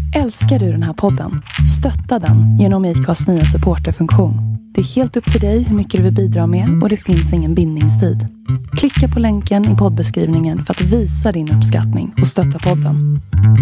Älskar du den här podden? Stötta den genom IKAs nya supporterfunktion. Det är helt upp till dig hur mycket du vill bidra med och det finns ingen bindningstid. Klicka på länken i poddbeskrivningen för att visa din uppskattning och stötta podden.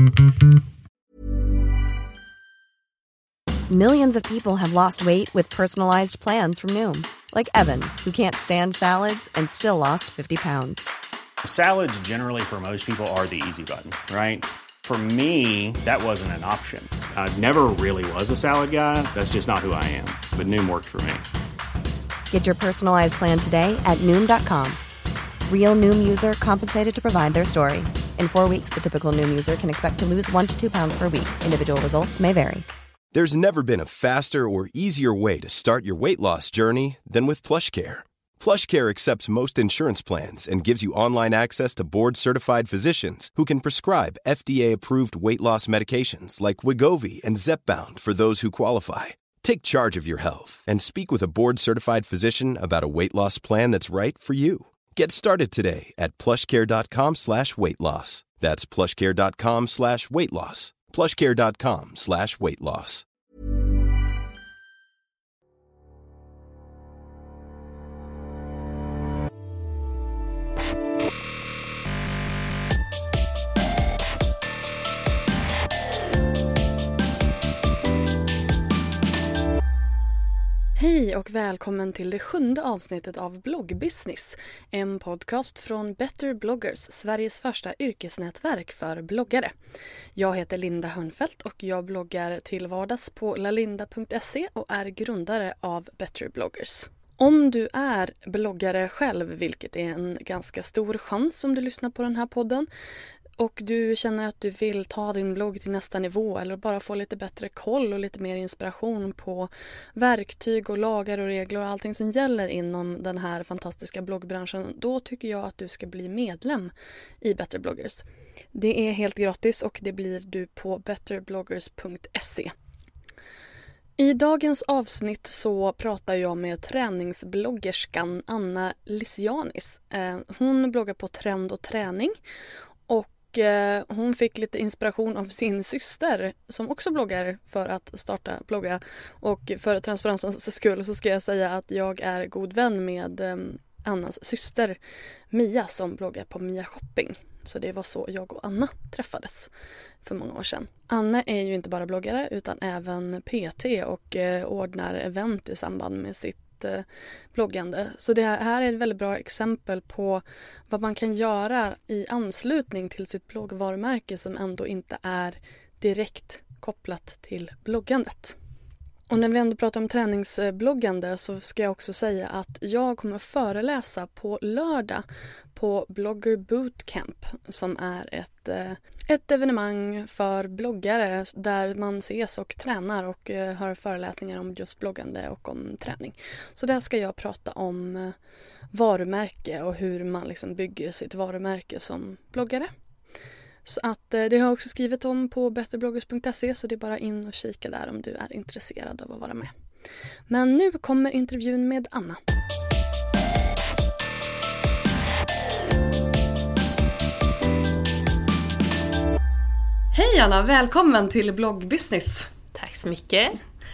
Millions of people have lost weight with personalized plans from Noom. Like Evan, who can't stand salads and still lost 50 pounds. Salads generally for most people are the easy button, right? For me, that wasn't an option. I never really was a salad guy. That's just not who I am. But Noom worked for me. Get your personalized plan today at Noom.com. Real Noom user compensated to provide their story. In 4 weeks, the typical Noom user can expect to lose 1 to 2 pounds per week. Individual results may vary. There's never been a faster or easier way to start your weight loss journey than with PlushCare. PlushCare accepts most insurance plans and gives you online access to board-certified physicians who can prescribe FDA-approved weight loss medications like Wegovy and Zepbound for those who qualify. Take charge of your health and speak with a board-certified physician about a weight loss plan that's right for you. Get started today at plushcare.com/weightloss. That's plushcare.com/weightloss. plushcare.com/weightloss. Hej och välkommen till det 7:e avsnittet av Bloggbusiness, en podcast från Better bloggers, Sveriges första yrkesnätverk för bloggare. Jag heter Linda Hörnfeldt och jag bloggar till vardags på lalinda.se och är grundare av Better bloggers. Om du är bloggare själv, vilket är en ganska stor chans om du lyssnar på den här podden, och du känner att du vill ta din blogg till nästa nivå eller bara få lite bättre koll och lite mer inspiration på verktyg och lagar och regler och allting som gäller inom den här fantastiska bloggbranschen, då tycker jag att du ska bli medlem i Better bloggers. Det är helt gratis och det blir du på betterbloggers.se. I dagens avsnitt så pratar jag med träningsbloggerskan Anna Lisianis. Hon bloggar på Trend och träning. Och hon fick lite inspiration av sin syster som också bloggar för att starta blogga. Och för transparensens skull så ska jag säga att jag är god vän med Annas syster Mia som bloggar på Mia Shopping. Så det var så jag och Anna träffades för många år sedan. Anna är ju inte bara bloggare utan även PT och ordnar event i samband med sitt bloggande. Så det här är ett väldigt bra exempel på vad man kan göra i anslutning till sitt bloggvarumärke som ändå inte är direkt kopplat till bloggandet. Och när vi ändå pratar om träningsbloggande så ska jag också säga att jag kommer att föreläsa på lördag på Blogger Bootcamp som är ett evenemang för bloggare där man ses och tränar och har föreläsningar om just bloggande och om träning. Så där ska jag prata om varumärke och hur man liksom bygger sitt varumärke som bloggare. Så att det har jag också skrivit om på betterbloggers.se så det är bara in och kika där om du är intresserad av att vara med. Men nu kommer intervjun med Anna. Hej Anna, välkommen till Bloggbusiness. Tack så mycket.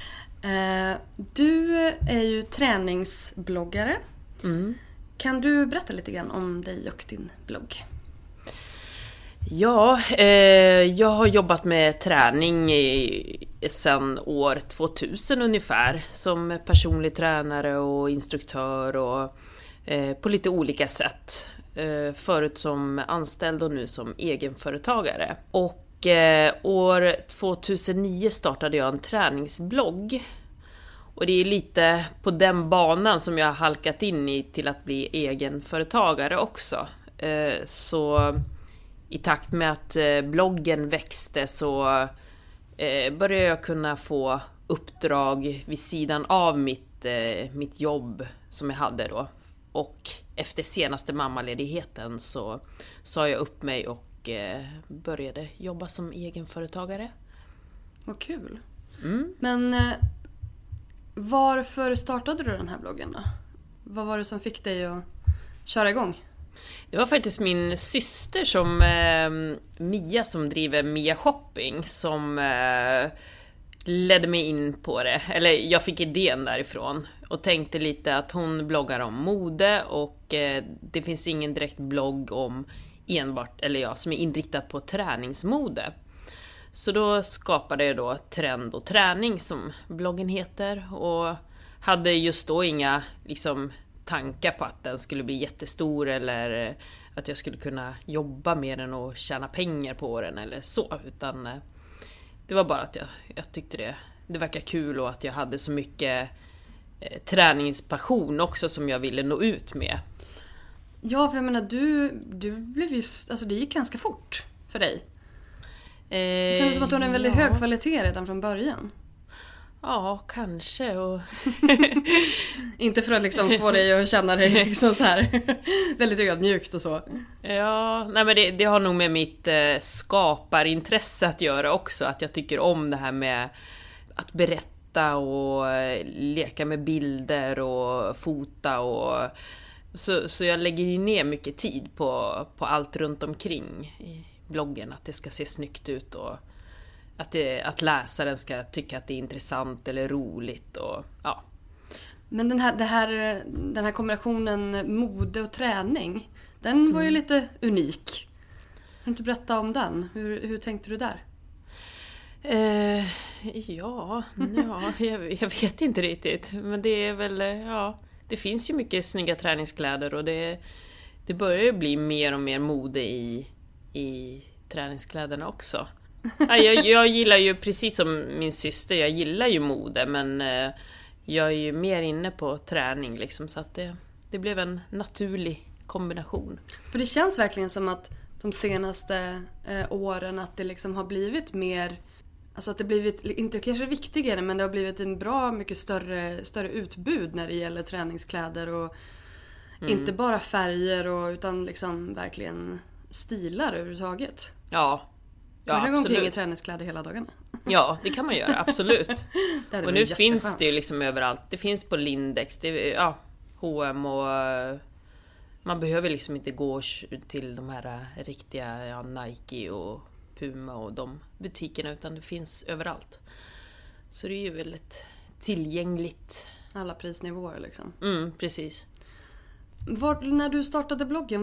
Du är ju träningsbloggare. Kan du berätta lite grann om dig och din blogg? Ja, jag har jobbat med träning sedan år 2000 ungefär. Som personlig tränare och instruktör och på lite olika sätt. Förut som anställd och nu som egenföretagare. Och år 2009 startade jag en träningsblogg. Och det är lite på den banan som jag har halkat in i till att bli egenföretagare också. Så i takt med att bloggen växte så började jag kunna få uppdrag vid sidan av mitt jobb som jag hade då. Och efter senaste mammaledigheten så sa jag upp mig och började jobba som egenföretagare. Vad kul. Men varför startade du den här bloggen då? Vad var det som fick dig att köra igång? Det var faktiskt min syster som Mia som driver Mia Shopping som ledde mig in på det. Eller jag fick idén därifrån och tänkte lite att hon bloggar om mode och det finns ingen direkt blogg om enbart, eller ja, som är inriktad på träningsmode. Så då skapade jag då Trend och träning som bloggen heter och hade just då inga liksom tankar på att den skulle bli jättestor eller att jag skulle kunna jobba med den och tjäna pengar på den eller så, utan det var bara att jag tyckte det verkar kul och att jag hade så mycket träningspassion också som jag ville nå ut med. Ja, för jag menar du blev ju, alltså det gick ganska fort för dig. Det kändes som att du hade en väldigt hög kvalitet redan från början. Ja, kanske. Och inte för att liksom få dig att känna dig liksom så här väldigt ödmjukt och så. Ja, nej men det har nog med mitt skaparintresse att göra också. Att jag tycker om det här med att berätta och leka med bilder och fota och så jag lägger ju ner mycket tid på allt runt omkring i bloggen. Att det ska se snyggt ut och att läsaren ska tycka att det är intressant eller roligt och ja. Men den här kombinationen mode och träning, den var ju lite unik. Kan du inte berätta om den? Hur tänkte du där? Jag vet inte riktigt. Men det är väl, det finns ju mycket snygga träningskläder och det börjar ju bli mer och mer mode i träningskläderna också. Jag gillar ju precis som min syster, jag gillar ju mode men jag är ju mer inne på träning liksom, så att det blev en naturlig kombination. För det känns verkligen som att de senaste åren att det liksom har blivit mer, alltså att det blivit, inte kanske viktigare, men det har blivit en bra mycket större utbud när det gäller träningskläder och inte bara färger utan liksom verkligen stilar överhuvudtaget. Ja, man kan gå omkring i träningskläder hela dagarna. Ja, det kan man göra, absolut. Och nu finns det ju liksom överallt. Det finns på Lindex, H&M och man behöver liksom inte gå till de här riktiga Nike och Puma och de butikerna, utan det finns överallt. Så det är ju väldigt tillgängligt. Alla prisnivåer liksom. Precis. När du startade bloggen,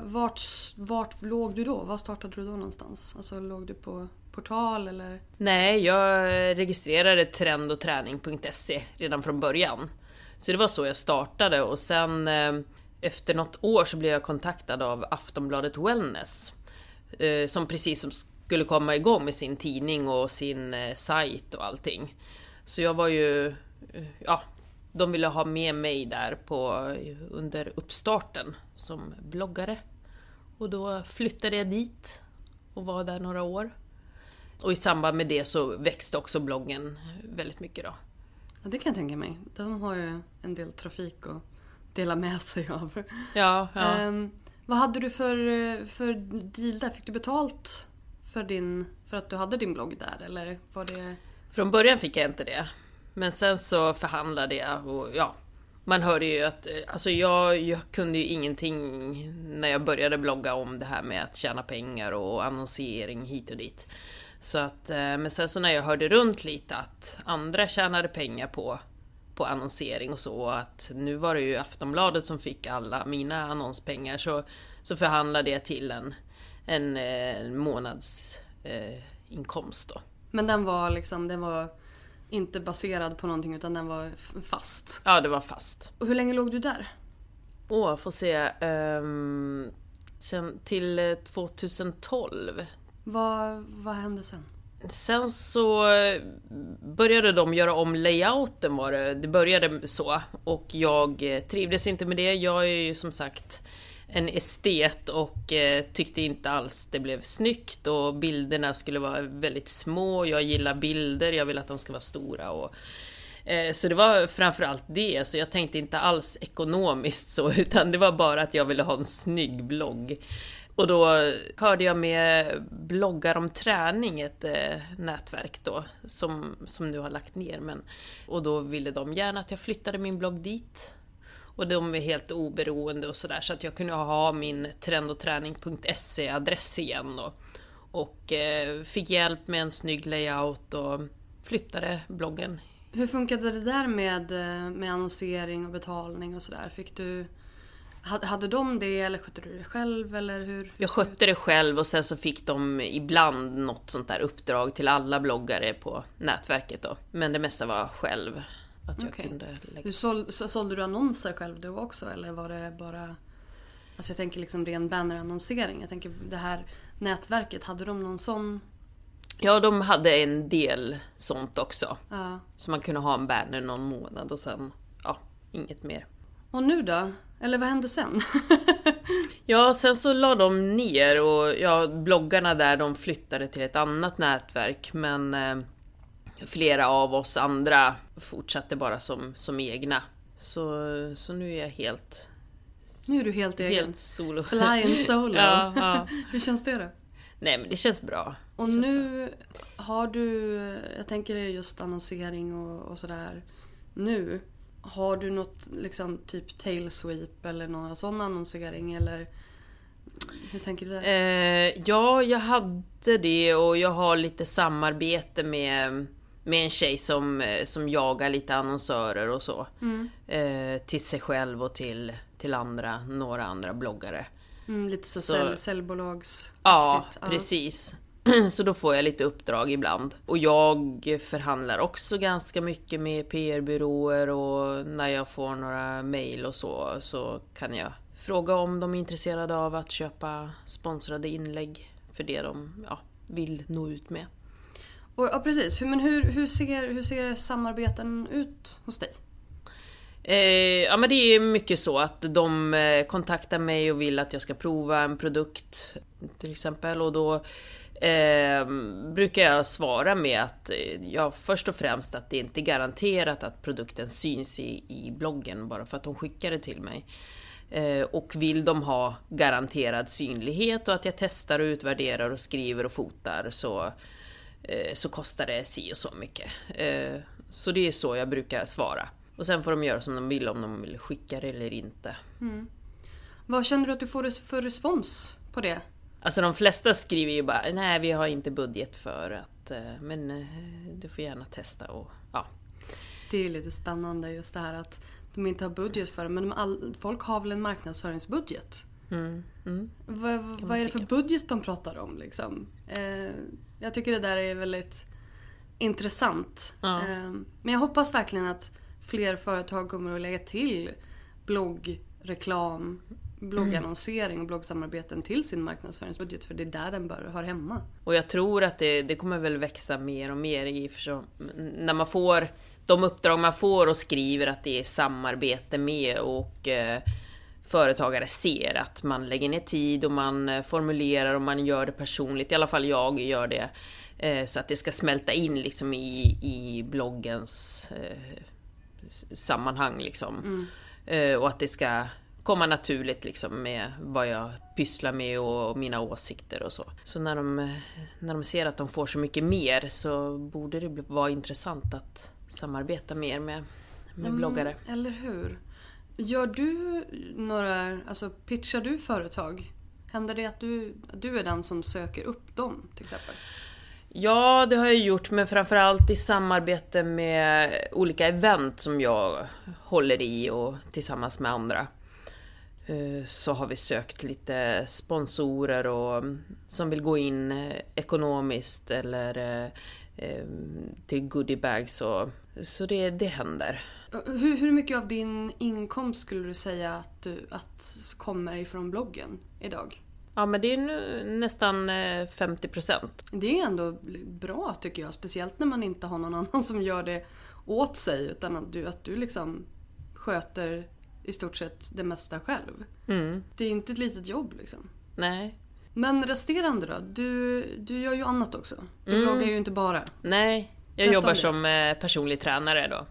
vart låg du då? Var startade du då någonstans? Alltså låg du på portal eller? Nej, jag registrerade trendogträning.se redan från början. Så det var så jag startade och sen efter något år så blev jag kontaktad av Aftonbladet Wellness. Som precis som skulle komma igång med sin tidning och sin sajt och allting. Så jag var ju, de ville ha med mig där under uppstarten som bloggare. Och då flyttade jag dit och var där några år. Och i samband med det så växte också bloggen väldigt mycket då. Ja, det kan jag tänka mig. De har ju en del trafik att dela med sig av. Ja. Vad hade du för deal där? Fick du betalt för att du hade din blogg där? Eller var det... Från början fick jag inte det. Men sen så förhandlade jag och man hörde ju att alltså jag kunde ju ingenting när jag började blogga om det här med att tjäna pengar och annonsering hit och dit. Så att, men sen så när jag hörde runt lite att andra tjänade pengar på annonsering och så, att nu var det ju Aftonbladet som fick alla mina annonspengar, så förhandlade jag till en månads inkomst då. Men den var inte baserad på någonting utan den var fast? Ja, det var fast. Och hur länge låg du där? Får se. Sen till 2012. Vad hände sen? Sen så började de göra om layouten det började så. Och jag trivdes inte med det. Jag är ju som sagt en estet och tyckte inte alls det blev snyggt. Och bilderna skulle vara väldigt små. Jag gillar bilder, jag vill att de ska vara stora. Så det var framförallt det. Så jag tänkte inte alls ekonomiskt så, utan det var bara att jag ville ha en snygg blogg. Och då hörde jag med bloggar om träning, ett nätverk då som nu har lagt ner. Och då ville de gärna att jag flyttade min blogg dit. Och de är helt oberoende och sådär, så att jag kunde ha min trendoträning.se-adress igen då. Och fick hjälp med en snygg layout och flyttade bloggen. Hur funkade det där med annonsering och betalning och sådär? Hade de det eller skötte du det själv? Eller hur jag skötte det själv och sen så fick de ibland något sånt där uppdrag till alla bloggare på nätverket då. Men det mesta var själv. Att jag kunde lägga. Sålde du annonser själv då också? Eller var det bara... Alltså jag tänker liksom ren bannerannonsering. Jag tänker det här nätverket, hade de någon sån... Ja, de hade en del sånt också. Ja. Så man kunde ha en banner någon månad och sen, inget mer. Och nu då? Eller vad hände sen? Ja, sen så la de ner och bloggarna där, de flyttade till ett annat nätverk. Men flera av oss andra fortsatte bara som egna. Så nu är jag helt... Nu är du helt egen. Helt solo. Flying solo. Ja. Hur känns det då? Nej, men det känns bra. Och nu har du, jag tänker just annonsering och sådär. Nu, har du något liksom typ tailsweep eller någon sån annonsering eller hur tänker du där? Ja, jag hade det och jag har lite samarbete med en tjej som jagar lite annonsörer och så. Till sig själv och till några andra bloggare. Lite så säljbolags. Ja, precis. Så då får jag lite uppdrag ibland. Och jag förhandlar också ganska mycket med PR-byråer och när jag får några mejl och så kan jag fråga om de är intresserade av att köpa sponsrade inlägg för det de vill nå ut med. Och, ja, precis. Men hur ser samarbeten ut hos dig? Ja, men det är mycket så att de kontaktar mig och vill att jag ska prova en produkt till exempel, och då brukar jag svara med att först och främst att det inte är garanterat att produkten syns i bloggen bara för att de skickar det till mig. Och vill de ha garanterad synlighet och att jag testar och utvärderar och skriver och fotar så kostar det si och så mycket. Så det är så jag brukar svara. Och sen får de göra som de vill, om de vill skicka det eller inte. Vad känner du att du får för respons på det? Alltså de flesta skriver ju bara, nej vi har inte budget för att, men du får gärna testa och ja. Det är lite spännande just det här att de inte har budget för det, men folk har väl en marknadsföringsbudget? Vad är det för budget de pratar om liksom? Jag tycker det där är väldigt intressant. Ja. Men jag hoppas verkligen att fler företag kommer att lägga till bloggreklam, bloggannonsering och bloggsamarbeten till sin marknadsföringsbudget, för det är där den hör hemma. Och jag tror att det kommer väl växa mer och mer när man får de uppdrag man får och skriver att det är samarbete med och företagare ser att man lägger ner tid och man formulerar och man gör det personligt. I alla fall jag gör det så att det ska smälta in liksom i bloggens sammanhang liksom. Och att det ska komma naturligt liksom med vad jag pysslar med och mina åsikter och så. Så när de ser att de får så mycket mer så borde det vara intressant att samarbeta mer med bloggare. Eller hur? Gör du pitchar du företag? Händer det att du är den som söker upp dem till exempel? Ja, det har jag gjort, men framförallt i samarbete med olika event som jag håller i och tillsammans med andra. Så har vi sökt lite sponsorer och som vill gå in ekonomiskt eller till goodiebags. Så det händer. Hur mycket av din inkomst skulle du säga att kommer ifrån bloggen idag? Ja, men det är nästan 50%. Det är ändå bra tycker jag. Speciellt när man inte har någon annan som gör det åt sig. Utan att du liksom sköter i stort sett det mesta själv. Det är inte ett litet jobb liksom. Nej. Men resterande då? Du gör ju annat också. Du bloggar ju inte bara. Nej, jag jobbar som personlig tränare då.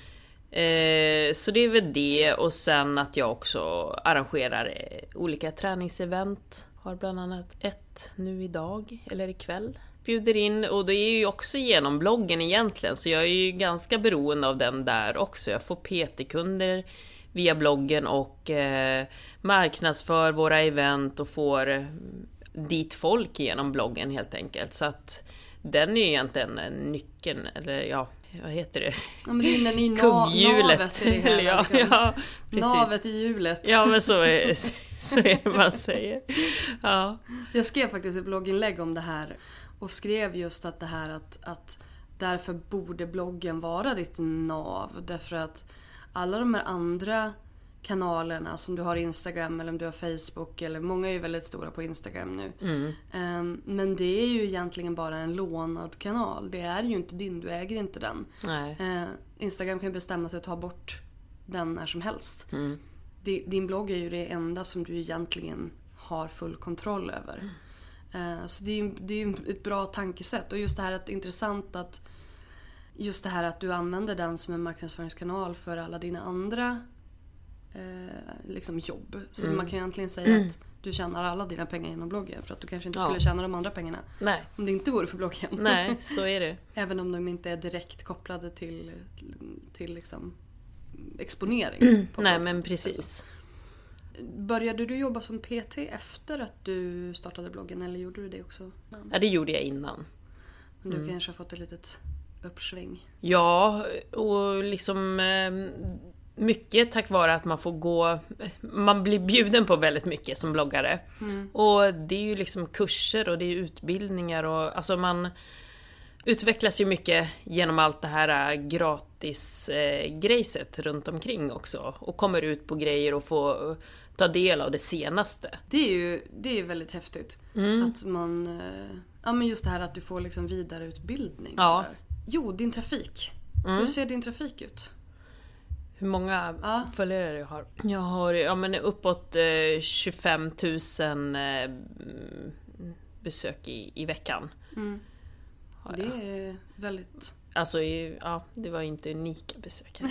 Så det är väl det, och sen att jag också arrangerar olika träningsevent. Har bland annat ett nu idag, eller ikväll. Bjuder in, och det är ju också genom bloggen egentligen, så jag är ju ganska beroende av den där också. Jag får PT-kunder via bloggen och marknadsför våra event och får dit folk genom bloggen helt enkelt. Så att den är egentligen nyckeln, eller ja, vad heter det? Ja, men det är ju kugghjulet. Navet i det hela. Ja, precis. Navet i hjulet. Ja, men så är det man säger. Ja. Jag skrev faktiskt ett blogginlägg om det här och skrev just att det här att därför borde bloggen vara ditt nav. Därför att alla de här andra kanalerna som du har Instagram eller om du har Facebook, eller många är ju väldigt stora på Instagram nu. Men det är ju egentligen bara en lånad kanal. Det är ju inte din, du äger inte den. Nej. Instagram kan ju bestämma sig att ta bort den när som helst. Din blogg är ju det enda som du egentligen har full kontroll över. Så det är ett bra tankesätt. Och just det här att det är intressant att just det här att du använder den som en marknadsföringskanal för alla dina andra liksom jobb. Så man kan ju egentligen säga att du tjänar alla dina pengar genom bloggen, för att du kanske inte skulle tjäna de andra pengarna. Nej. Om det inte vore för bloggen. Nej, så är det. Även om de inte är direkt kopplade till liksom exponering. Nej, men precis. Började du jobba som PT efter att du startade bloggen, eller gjorde du det också? Ja, det gjorde jag innan. Men du kanske har fått ett litet uppsving. Ja, och liksom mycket tack vare att man blir bjuden på väldigt mycket som bloggare. Och det är ju liksom kurser och det är utbildningar och alltså man utvecklas ju mycket genom allt det här gratis grejset runt omkring också, och kommer ut på grejer och får ta del av det senaste. Det är väldigt häftigt att man men just det här att du får liksom vidareutbildning. Ja. Jo, din trafik. Hur ser din trafik ut? Hur många följare jag har? Jag har uppåt 25 000 besök i veckan. Det är väldigt... Alltså, det var inte unika besök.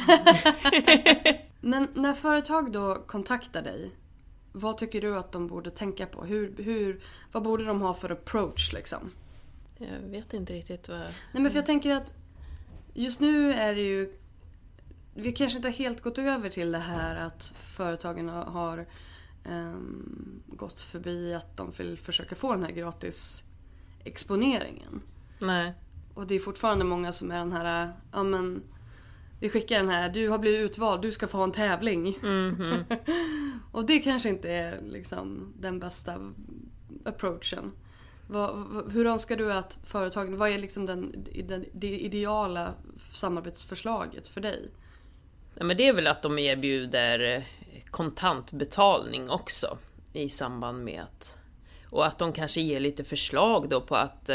Men när företag då kontaktar dig, vad tycker du att de borde tänka på? Vad borde de ha för approach liksom? Jag vet inte riktigt vad... Nej, men för jag tänker att just nu är det ju... Vi kanske inte helt gått över till det här att företagen har gått förbi att de vill försöka få den här gratis exponeringen. Nej. Och det är fortfarande många som är den här, vi skickar den här, du har blivit utvald, du ska få ha en tävling. Och det kanske inte är liksom den bästa approachen. Hur önskar du att företagen, vad är liksom det ideala samarbetsförslaget för dig? Ja, men det är väl att de erbjuder kontantbetalning också i samband med och att de kanske ger lite förslag då på att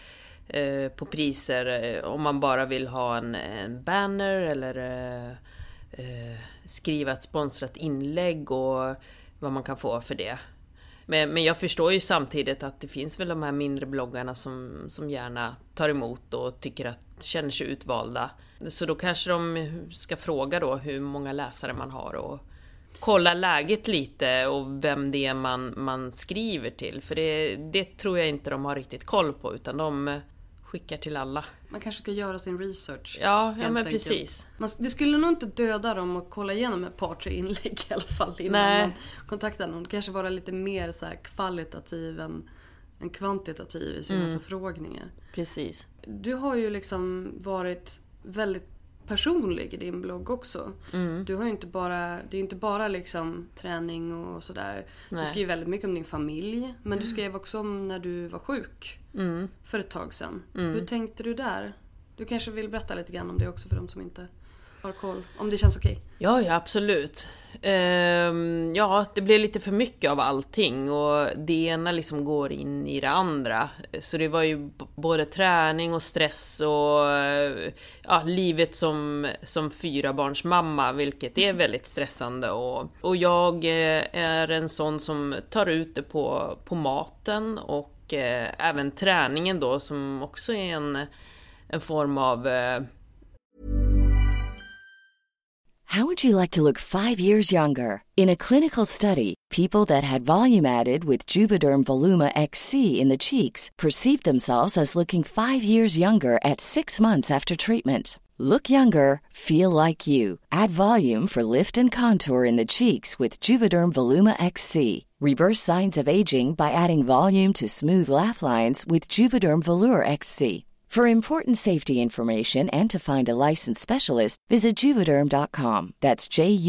på priser om man bara vill ha en banner eller skriva ett sponsrat inlägg och vad man kan få för det. Men jag förstår ju samtidigt att det finns väl de här mindre bloggarna som gärna tar emot och känner sig utvalda. Så då kanske de ska fråga då hur många läsare man har och kolla läget lite och vem det är man skriver till. För det tror jag inte de har riktigt koll på, utan de skickar till alla. Man kanske ska göra sin research. Ja men precis. Det skulle nog inte döda dem att kolla igenom ett par, 3 inlägg i alla fall innan man kontaktar någon. Kanske vara lite mer så här kvalitativ än kvantitativ i sina förfrågningar. Precis. Du har ju liksom varit väldigt personlig i din blogg också. Du har ju det är inte bara liksom träning och sådär. Du skriver väldigt mycket om din familj, men du skrev också om när du var sjuk för ett tag sedan. Hur tänkte du där? Du kanske vill berätta lite grann om det också för de som inte har koll, om det känns okej. Ja, absolut. Det blir lite för mycket av allting och det ena liksom går in i det andra. Så det var ju både träning och stress och livet som 4-barnsmamma, vilket är väldigt stressande. Och jag är en sån som tar ut det på maten och även träningen då, som också är en form av... How would you like to look 5 years younger? In a clinical study, people that had volume added with Juvederm Voluma XC in the cheeks perceived themselves as looking 5 years younger at 6 months after treatment. Look younger, feel like you. Add volume for lift and contour in the cheeks with Juvederm Voluma XC. Reverse signs of aging by adding volume to smooth laugh lines with Juvederm Volure XC. For important safety information and to find a licensed specialist, visit Juvederm.com. That's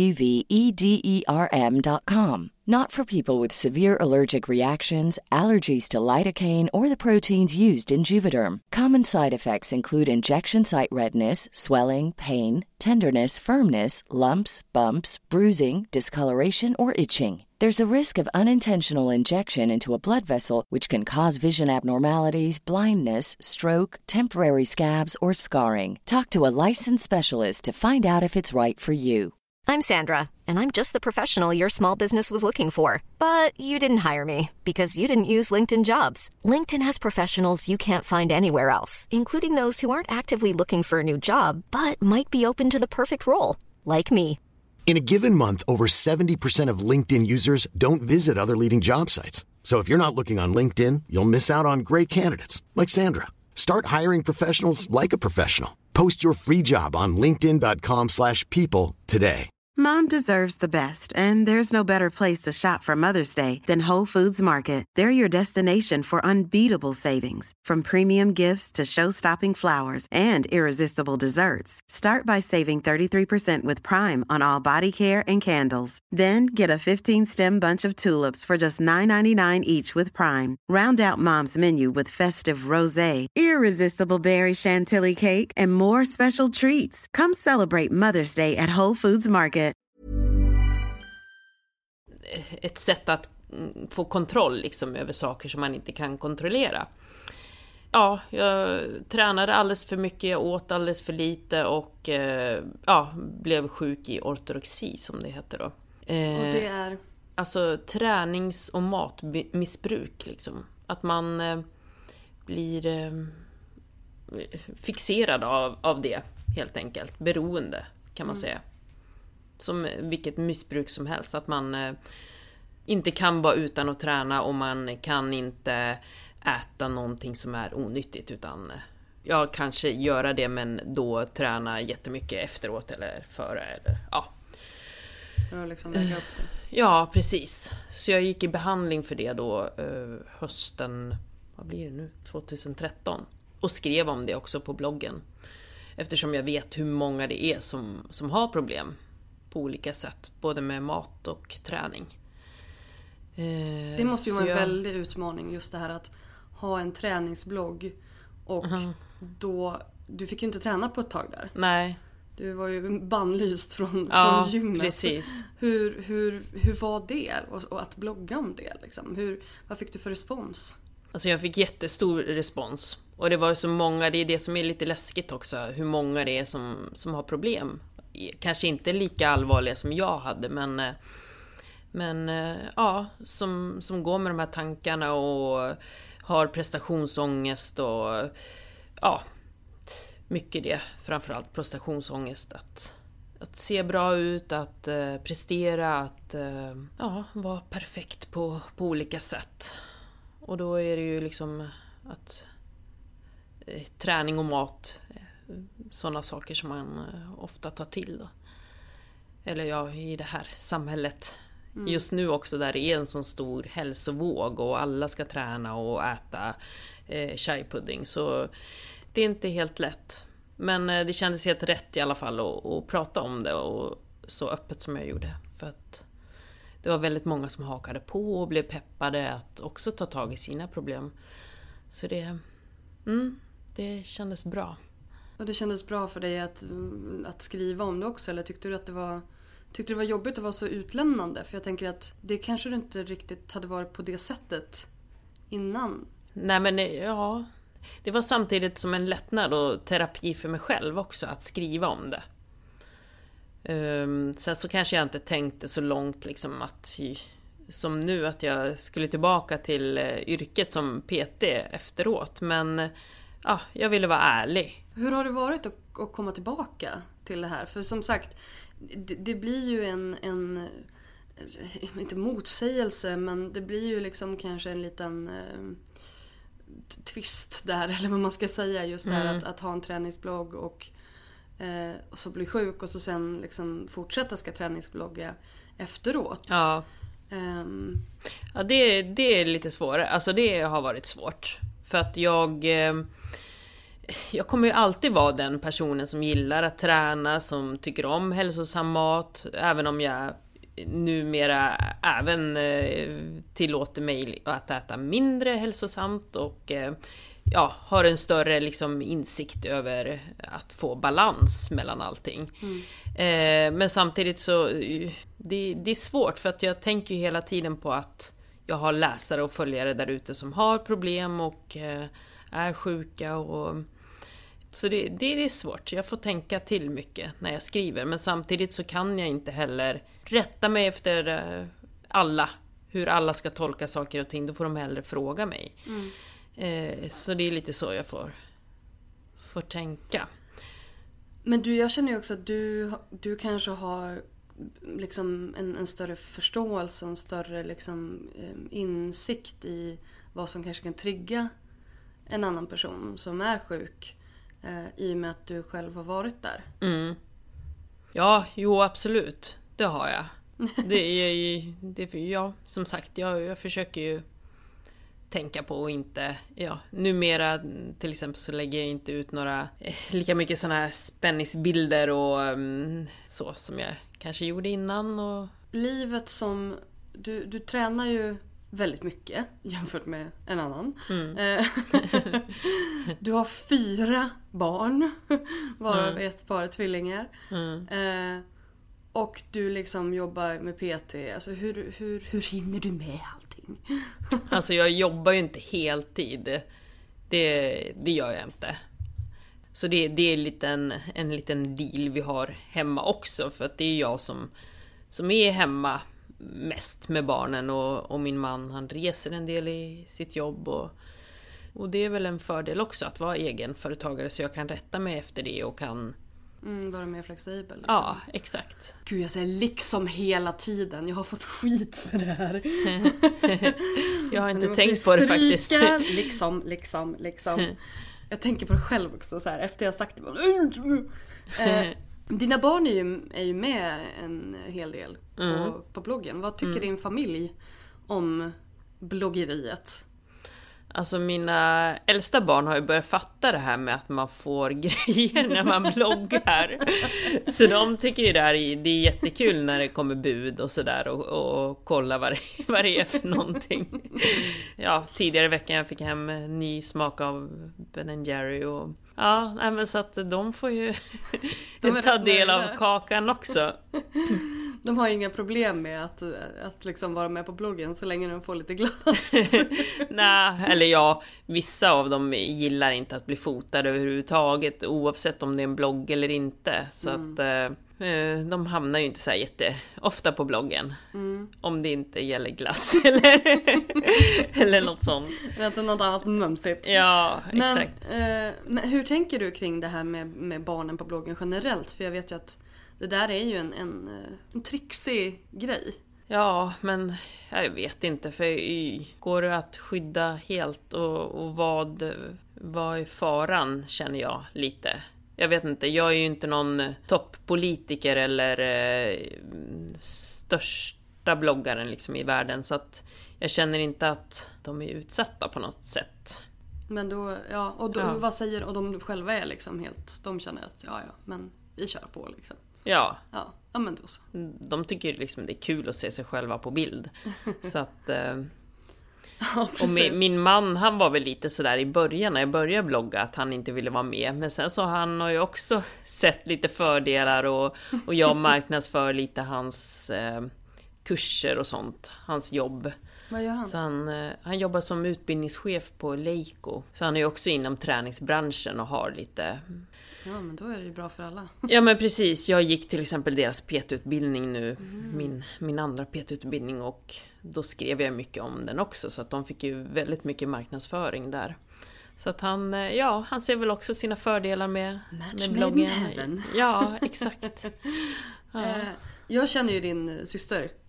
JUVEDERM.com. Not for people with severe allergic reactions, allergies to lidocaine, or the proteins used in Juvederm. Common side effects include injection site redness, swelling, pain, tenderness, firmness, lumps, bumps, bruising, discoloration, or itching. There's a risk of unintentional injection into a blood vessel, which can cause vision abnormalities, blindness, stroke, temporary scabs, or scarring. Talk to a licensed specialist to find out if it's right for you. I'm Sandra, and I'm just the professional your small business was looking for. But you didn't hire me because you didn't use LinkedIn Jobs. LinkedIn has professionals you can't find anywhere else, including those who aren't actively looking for a new job, but might be open to the perfect role, like me. In a given month, over 70% of LinkedIn users don't visit other leading job sites. So if you're not looking on LinkedIn, you'll miss out on great candidates like Sandra. Start hiring professionals like a professional. Post your free job on linkedin.com/people today. Mom deserves the best, and there's no better place to shop for Mother's Day than Whole Foods Market. They're your destination for unbeatable savings, from premium gifts to show-stopping flowers and irresistible desserts. Start by saving 33% with Prime on all body care and candles. Then get a 15-stem bunch of tulips for just $9.99 each with Prime. Round out Mom's menu with festive rosé, irresistible berry chantilly cake, and more special treats. Come celebrate Mother's Day at Whole Foods Market. Ett sätt att få kontroll liksom över saker som man inte kan kontrollera. Ja, jag tränade alldeles för mycket, jag åt alldeles för lite och blev sjuk i ortorexi som det heter då. Och det är? Alltså tränings- och matmissbruk liksom. Att man blir fixerad av det helt enkelt. Beroende kan man säga. Som vilket missbruk som helst. Att man inte kan vara utan att träna och man kan inte äta någonting som är onyttigt utan jag kanske göra det men då träna jättemycket efteråt eller före eller ja. För att liksom väga upp det. Ja, precis. Så jag gick i behandling för det då hösten, vad blir det nu? 2013 och skrev om det också på bloggen. Eftersom jag vet hur många det är som har problem på olika sätt, både med mat och träning. Det måste ju vara en väldig utmaning just det här att ha en träningsblogg och då, du fick ju inte träna på ett tag där. Nej. Du var ju bannlyst från gymmet. Precis. Hur var det och att blogga om det liksom? Vad fick du för respons? Alltså jag fick jättestor respons och det var så många, det är det som är lite läskigt också, hur många det är som har problem. Kanske inte lika allvarliga som jag hade men som går med de här tankarna och har prestationsångest och mycket det, framförallt prestationsångest att se bra ut, att prestera, att vara perfekt på olika sätt. Och då är det ju liksom att träning och mat, sådana saker som man ofta tar till då. Eller i det här samhället just nu också där det är en sån stor hälsovåg och alla ska träna och äta chai-pudding, så det är inte helt lätt. Men det kändes helt rätt i alla fall att prata om det och så öppet som jag gjorde, för att det var väldigt många som hakade på och blev peppade att också ta tag i sina problem. Så det kändes bra. Och det kändes bra för dig att skriva om det också, eller tyckte du att det var jobbigt att vara så utlämnande? För jag tänker att det kanske du inte riktigt hade varit på det sättet innan. Nej men det var samtidigt som en lättnad och terapi för mig själv också att skriva om det. Sen så kanske jag inte tänkte så långt liksom som nu att jag skulle tillbaka till yrket som PT efteråt, men jag ville vara ärlig. Hur har det varit att komma tillbaka till det här? För som sagt, det blir ju en inte motsägelse, men det blir ju liksom kanske en liten twist där, eller vad man ska säga, just där att ha en träningsblogg och och så bli sjuk och så sen liksom fortsätta ska träningsblogga efteråt. Ja. Ja, det är lite svårare. Alltså det har varit svårt. För att jag kommer ju alltid vara den personen som gillar att träna, som tycker om hälsosam mat, även om jag numera även tillåter mig att äta mindre hälsosamt och har en större liksom insikt över att få balans mellan allting. Men samtidigt så det är svårt, för att jag tänker ju hela tiden på att jag har läsare och följare där ute som har problem och är sjuka, och så det är svårt. Jag får tänka till mycket när jag skriver, men samtidigt så kan jag inte heller rätta mig efter hur alla ska tolka saker och ting. Då får de hellre fråga mig. Så det är lite så jag får tänka. Men jag känner ju också att du kanske har liksom en större förståelse, en större liksom insikt i vad som kanske kan trigga en annan person som är sjuk, i och med att du själv har varit där. Ja, jo absolut. Det har jag. Ja, som sagt, jag försöker ju tänka på och inte, numera till exempel så lägger jag inte ut några lika mycket såna här spänningsbilder och så som jag kanske gjorde innan. Och livet som du tränar ju väldigt mycket jämfört med en annan. Du har 4 barn, varav ett par tvillingar. Och du liksom jobbar med PT. Alltså hur hinner du med allting? Alltså jag jobbar ju inte heltid. Det gör jag inte. Så det är en liten deal vi har hemma också. För att det är jag som är hemma mest med barnen. Och min man, han reser en del i sitt jobb. Och det är väl en fördel också att vara egenföretagare. Så jag kan rätta mig efter det och kan... vara mer flexibel. Liksom. Ja, exakt. Gud, jag säger liksom hela tiden. Jag har fått skit för det här. Jag har inte tänkt på det faktiskt. Liksom. Jag tänker på det själv också så här, efter jag har sagt det. Dina barn är ju med en hel del på bloggen. Vad tycker din familj om bloggeriet? Alltså mina äldsta barn har ju börjat fatta det här med att man får grejer när man bloggar. Så de tycker ju det är jättekul när det kommer bud och sådär och kolla vad det är för någonting. Ja, tidigare i veckan jag fick hem en ny smak av Ben & Jerry och men så att de får ju ta del av kakan också. De har inga problem med att liksom vara med på bloggen så länge de får lite glas. Nej, eller vissa av dem gillar inte att bli fotade överhuvudtaget, oavsett om det är en blogg eller inte. Så att de hamnar ju inte så här jätteofta på bloggen. Om det inte gäller glass eller något sånt. Eller något annat mumsigt. Ja, exakt. Men hur tänker du kring det här med barnen på bloggen generellt? För jag vet ju att det där är ju en trixig grej. Ja, men jag vet inte. För går det att skydda helt och vad är faran, känner jag lite. Jag vet inte, jag är ju inte någon toppolitiker eller största bloggaren liksom i världen. Så att jag känner inte att de är utsatta på något sätt. Men då, vad säger, och de själva är liksom helt, de känner att men vi kör på liksom. Ja, men då så. De tycker liksom det är kul att se sig själva på bild. Så att... och min man, han var väl lite sådär i början när jag började blogga att han inte ville vara med. Men sen så han har ju också sett lite fördelar och jag marknadsför lite hans kurser och sånt, hans jobb. Vad gör han? Så han jobbar som utbildningschef på Leico. Så han är ju också inom träningsbranschen och har lite... Ja, men då är det ju bra för alla. Ja, men precis. Jag gick till exempel deras PT-utbildning nu. Min andra PT-utbildning. Och då skrev jag mycket om den också. Så att de fick ju väldigt mycket marknadsföring där. Så att han ser väl också sina fördelar med bloggen. Heaven. Ja, exakt. Jag känner ju din syster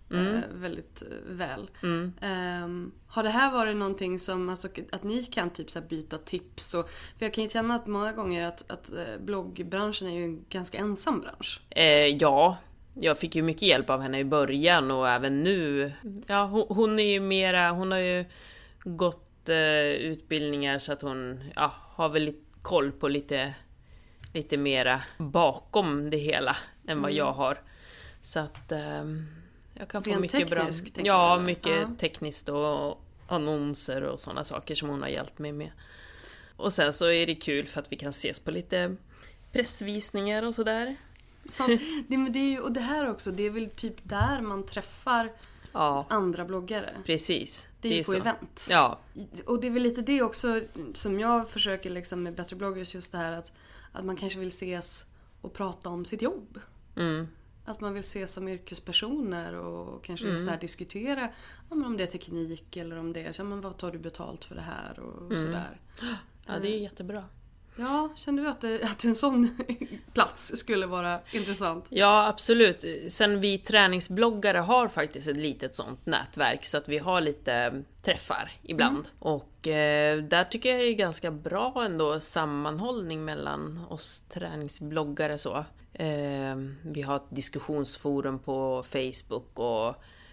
väldigt väl. Har det här varit någonting som, alltså, att ni kan typ så här byta tips? För jag kan ju känna att många gånger att bloggbranschen är ju en ganska ensam bransch. Ja, jag fick ju mycket hjälp av henne i början och även nu. Ja, hon är ju mera, hon har ju gått utbildningar så att hon har väl koll på lite mera bakom det hela än vad jag har. Så att jag kan få mycket bra. Ja, mycket tekniskt och annonser och sådana saker som hon har hjälpt mig med. Och sen så är det kul för att vi kan ses på lite pressvisningar och sådär. Ja, men det är ju, och det här också, det är väl typ där man träffar andra bloggare. Precis. Det är ju på så. Event. Ja. Och det är väl lite det också som jag försöker liksom med Better Bloggers, just det här att man kanske vill ses och prata om sitt jobb. Att man vill ses som yrkespersoner och kanske just där diskutera om det är teknik eller om det är men vad tar du betalt för det här och sådär. Ja, det är jättebra. Ja, kände du att en sån plats skulle vara intressant? Ja, absolut. Sen vi träningsbloggare har faktiskt ett litet sånt nätverk så att vi har lite träffar ibland. Och där tycker jag det är ganska bra ändå sammanhållning mellan oss träningsbloggare så. Vi har ett diskussionsforum på Facebook och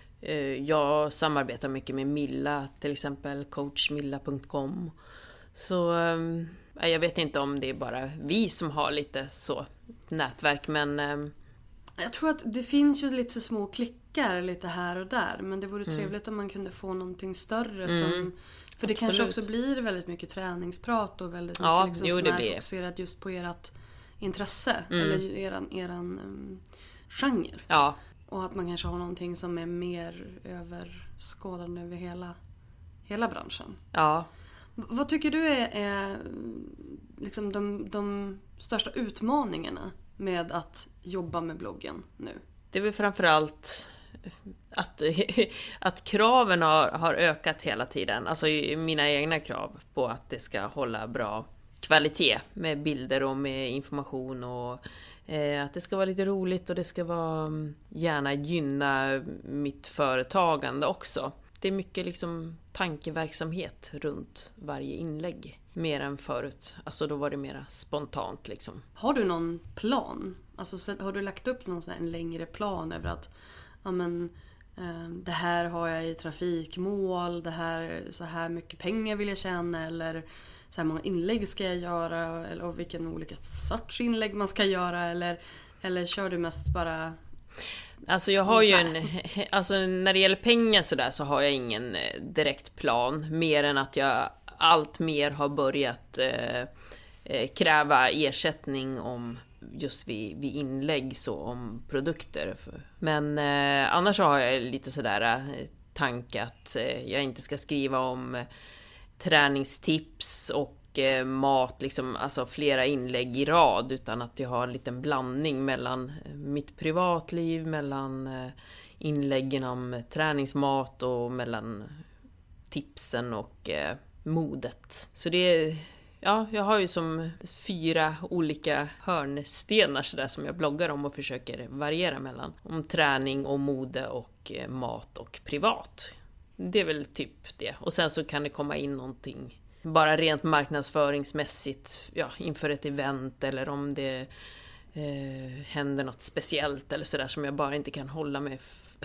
jag samarbetar mycket med Milla, till exempel coachmilla.com. Så jag vet inte om det är bara vi som har lite så nätverk, men jag tror att det finns ju lite små klickar lite här och där, men det vore trevligt om man kunde få någonting större som, för det kanske också blir väldigt mycket träningsprat och väldigt mycket liksom som är fokuserat just på ert intresse eller eran genre. Ja. Och att man kanske har någonting som är mer överskådande över hela branschen. Ja. Vad tycker du är liksom de största utmaningarna med att jobba med bloggen nu? Det är väl framförallt att kraven har ökat hela tiden. Alltså mina egna krav på att det ska hålla bra kvalitet med bilder och med information och att det ska vara lite roligt och det ska vara gärna gynna mitt företagande också. Det är mycket liksom tankeverksamhet runt varje inlägg. Mer än förut. Alltså då var det mer spontant liksom. Har du någon plan? Alltså har du lagt upp någon sån här, en längre plan över att det här har jag i trafikmål, det här, så här mycket pengar vill jag tjäna, eller så här många inlägg ska jag göra, eller och vilken olika sorts inlägg man ska göra, eller kör du mest bara... Alltså jag har ju alltså när det gäller pengar sådär så har jag ingen direkt plan, mer än att jag allt mer har börjat kräva ersättning om just vid inlägg så om produkter. Men annars har jag lite sådär tanke att jag inte ska skriva om träningstips och mat, liksom, alltså flera inlägg i rad, utan att jag har en liten blandning mellan mitt privatliv, mellan inläggen om träningsmat och mellan tipsen och modet. Så det är, ja, jag har ju som 4 olika hörnstenar så där som jag bloggar om och försöker variera mellan. Om träning och mode och mat och privat. Det är väl typ det. Och sen så kan det komma in någonting bara rent marknadsföringsmässigt, ja, inför ett event, eller om det händer något speciellt eller sådär som jag bara inte kan hålla med.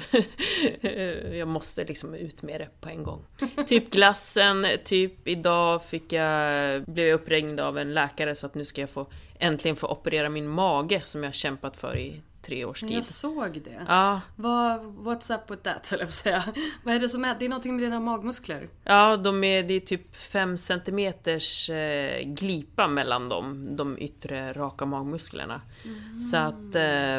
Jag måste liksom ut med det på en gång. Typ glassen, typ idag blev jag uppringd av en läkare så att nu ska jag äntligen få operera min mage som jag kämpat för i 3 års tid. Jag såg det. Ja. What's up with that, höll jag på att säga. Vad är det som är? Det är någonting med dina magmuskler. Ja, det är typ 5 centimeters glipa mellan de yttre raka magmusklerna. Så att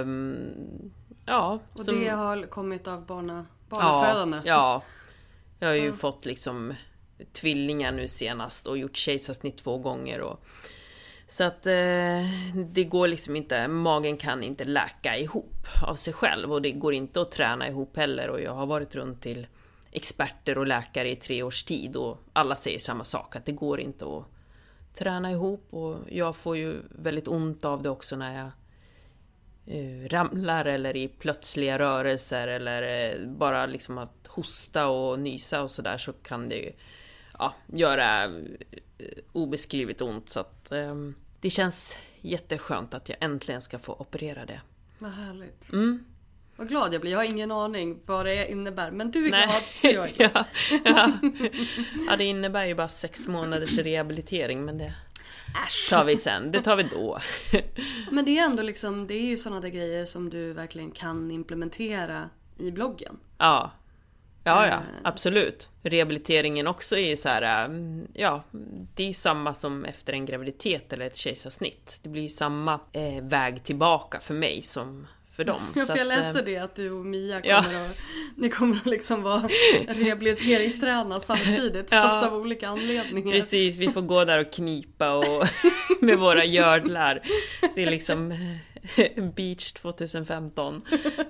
ja. Och det har kommit av barnafödande. Ja. Jag har ju fått liksom tvillingar nu senast och gjort kejsarsnitt 2 gånger och så att det går liksom inte, magen kan inte läka ihop av sig själv och det går inte att träna ihop heller, och jag har varit runt till experter och läkare i 3 års tid och alla säger samma sak, att det går inte att träna ihop, och jag får ju väldigt ont av det också när jag ramlar eller i plötsliga rörelser eller bara liksom att hosta och nysa och sådär, så kan det ju göra obeskrivligt ont. Så att det känns jätteskönt att jag äntligen ska få operera det. Vad härligt. Vad glad jag blir. Jag har ingen aning vad det innebär. Men du är glad, så jag är glad. Ja, det innebär ju bara 6 månaders rehabilitering. Men det tar vi sen. Det tar vi då. Men det är ändå liksom, det är ju sådana där grejer som du verkligen kan implementera i bloggen. Ja, absolut. Rehabiliteringen också är så här, det är samma som efter en graviditet eller ett kejsarsnitt. Det blir ju samma väg tillbaka för mig som för dem. Ja, för jag läste det att du och Mia kommer att liksom vara rehabiliteringstränare samtidigt, fast av olika anledningar. Precis, vi får gå där och knipa och med våra gördlar. Det är liksom Beach 2015.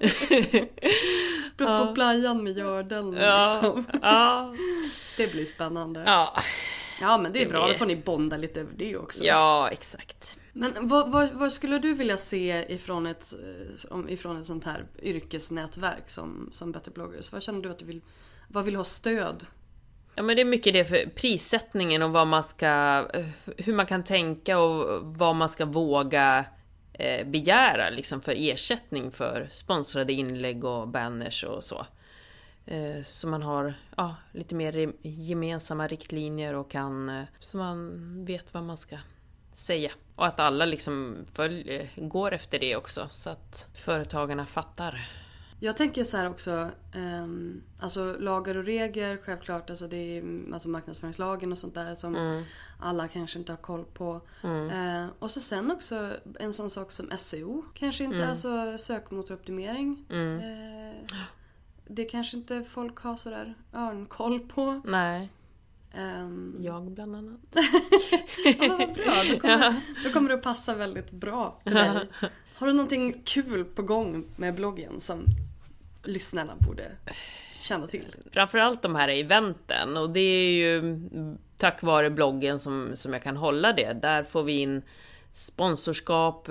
På playan med gördeln liksom. Ja. Det blir spännande. Ja, men det är bra, då får ni bonda lite över det också. Ja, exakt. Men vad skulle du vilja se ifrån ett sånt här yrkesnätverk som Better Bloggers? Vad känner du att vad vill ha stöd? Ja, men det är mycket det för prissättningen och hur man kan tänka och vad man ska våga begära liksom för ersättning för sponsrade inlägg och banners och så. Så man har lite mer gemensamma riktlinjer och så man vet vad man ska säga. Och att alla liksom går efter det också, så att företagarna fattar. Jag tänker så här också, alltså lagar och regler, självklart, alltså det är alltså marknadsföringslagen och sånt där som alla kanske inte har koll på. Och så sen också en sån sak som SEO, kanske inte, alltså sökmotoroptimering. Det kanske inte folk har sådär örnkoll på. Nej. Jag bland annat. Ja, vad bra. Då kommer det att passa väldigt bra för dig. Har du någonting kul på gång med bloggen som lyssnarna borde känna till? Framförallt de här eventen, och det är ju tack vare bloggen som jag kan hålla det. Där får vi in sponsorskap,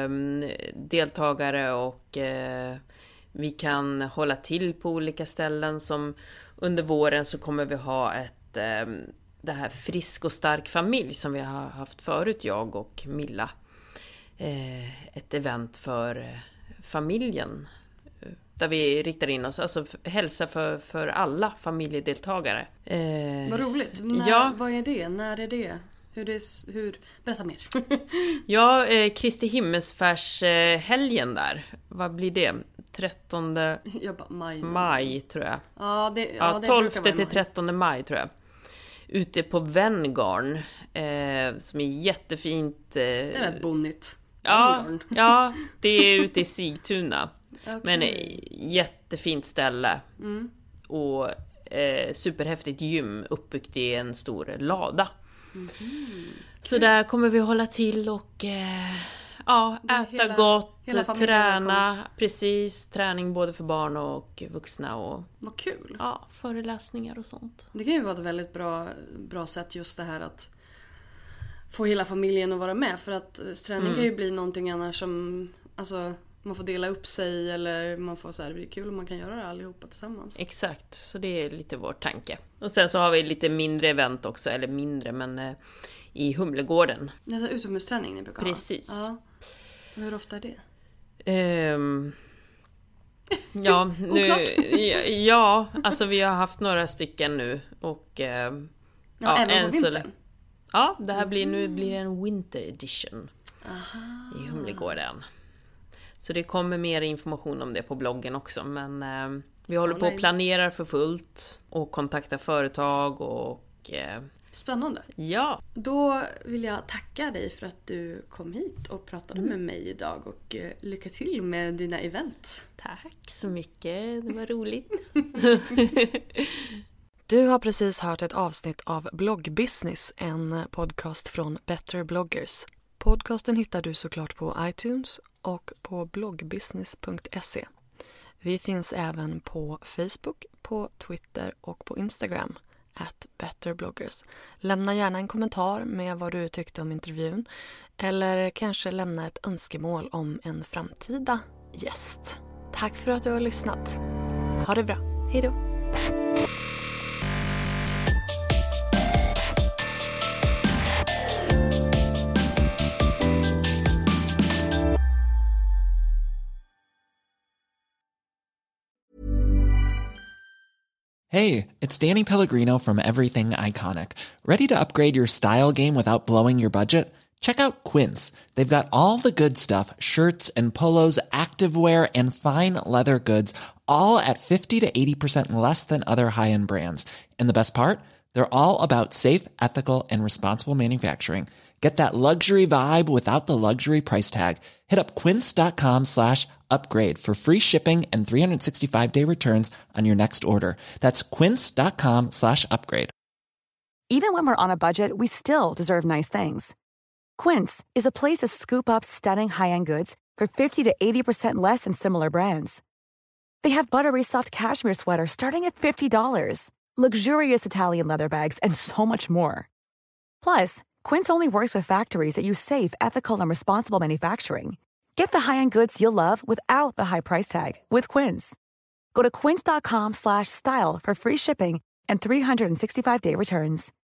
deltagare och vi kan hålla till på olika ställen. Som under våren så kommer vi ha det här frisk och stark familj som vi har haft förut, jag och Milla. Ett event för familjen där vi riktar in oss, alltså hälsa för alla familjedeltagare. Vad roligt. Vad är det? När är det? Hur? Berätta mer. Ja, Kristi himmelsfärdshelgen där. Vad blir det? 13 maj tror jag. Ja, 12 till 13 maj tror jag. Ute på Venngarn, som är jättefint. Det är rätt bonnigt. Ja, det är ute i Sigtuna. Okay. Men jättefint ställe. Och superhäftigt gym uppbyggt i en stor lada. Så där kommer vi hålla till och äta gott, träna. Precis, träning både för barn och vuxna. Och, vad kul. Ja, föreläsningar och sånt. Det kan ju vara ett väldigt bra sätt, just det här att få hela familjen att vara med. För att träning kan ju bli någonting annars som, alltså, man får dela upp sig, eller man får så här, det blir kul om man kan göra det allihopa tillsammans. Exakt, så det är lite vår tanke. Och sen så har vi lite mindre event också, eller mindre, men i Humlegården. Det är utomhusträning ni brukar ha. Precis. Ja. Hur ofta är det? Ja, alltså vi har haft några stycken nu. Och även på vintern? Ja, det här blir en winter edition. I Humlegården. Så det kommer mer information om det på bloggen också. Men vi håller på att planera för fullt och kontakta företag och... Spännande. Ja. Då vill jag tacka dig för att du kom hit och pratade med mig idag. Och lycka till med dina event. Tack så mycket, det var roligt. Du har precis hört ett avsnitt av Bloggbusiness, en podcast från Better Bloggers. Podcasten hittar du såklart på iTunes och på bloggbusiness.se. Vi finns även på Facebook, på Twitter och på Instagram. @betterbloggers. Lämna gärna en kommentar med vad du tyckte om intervjun eller kanske lämna ett önskemål om en framtida gäst. Tack för att du har lyssnat. Ha det bra. Hej då! Hey, it's Danny Pellegrino from Everything Iconic. Ready to upgrade your style game without blowing your budget? Check out Quince. They've got all the good stuff, shirts and polos, activewear, and fine leather goods, all at 50 to 80% less than other high-end brands. And the best part? They're all about safe, ethical, and responsible manufacturing. Get that luxury vibe without the luxury price tag. Hit up quince.com/upgrade for free shipping and 365-day returns on your next order. That's quince.com/upgrade. Even when we're on a budget, we still deserve nice things. Quince is a place to scoop up stunning high-end goods for 50 to 80% less than similar brands. They have buttery soft cashmere sweaters starting at $50, luxurious Italian leather bags, and so much more. Plus, Quince only works with factories that use safe, ethical, and responsible manufacturing. Get the high-end goods you'll love without the high price tag with Quince. Go to quince.com/style for free shipping and 365-day returns.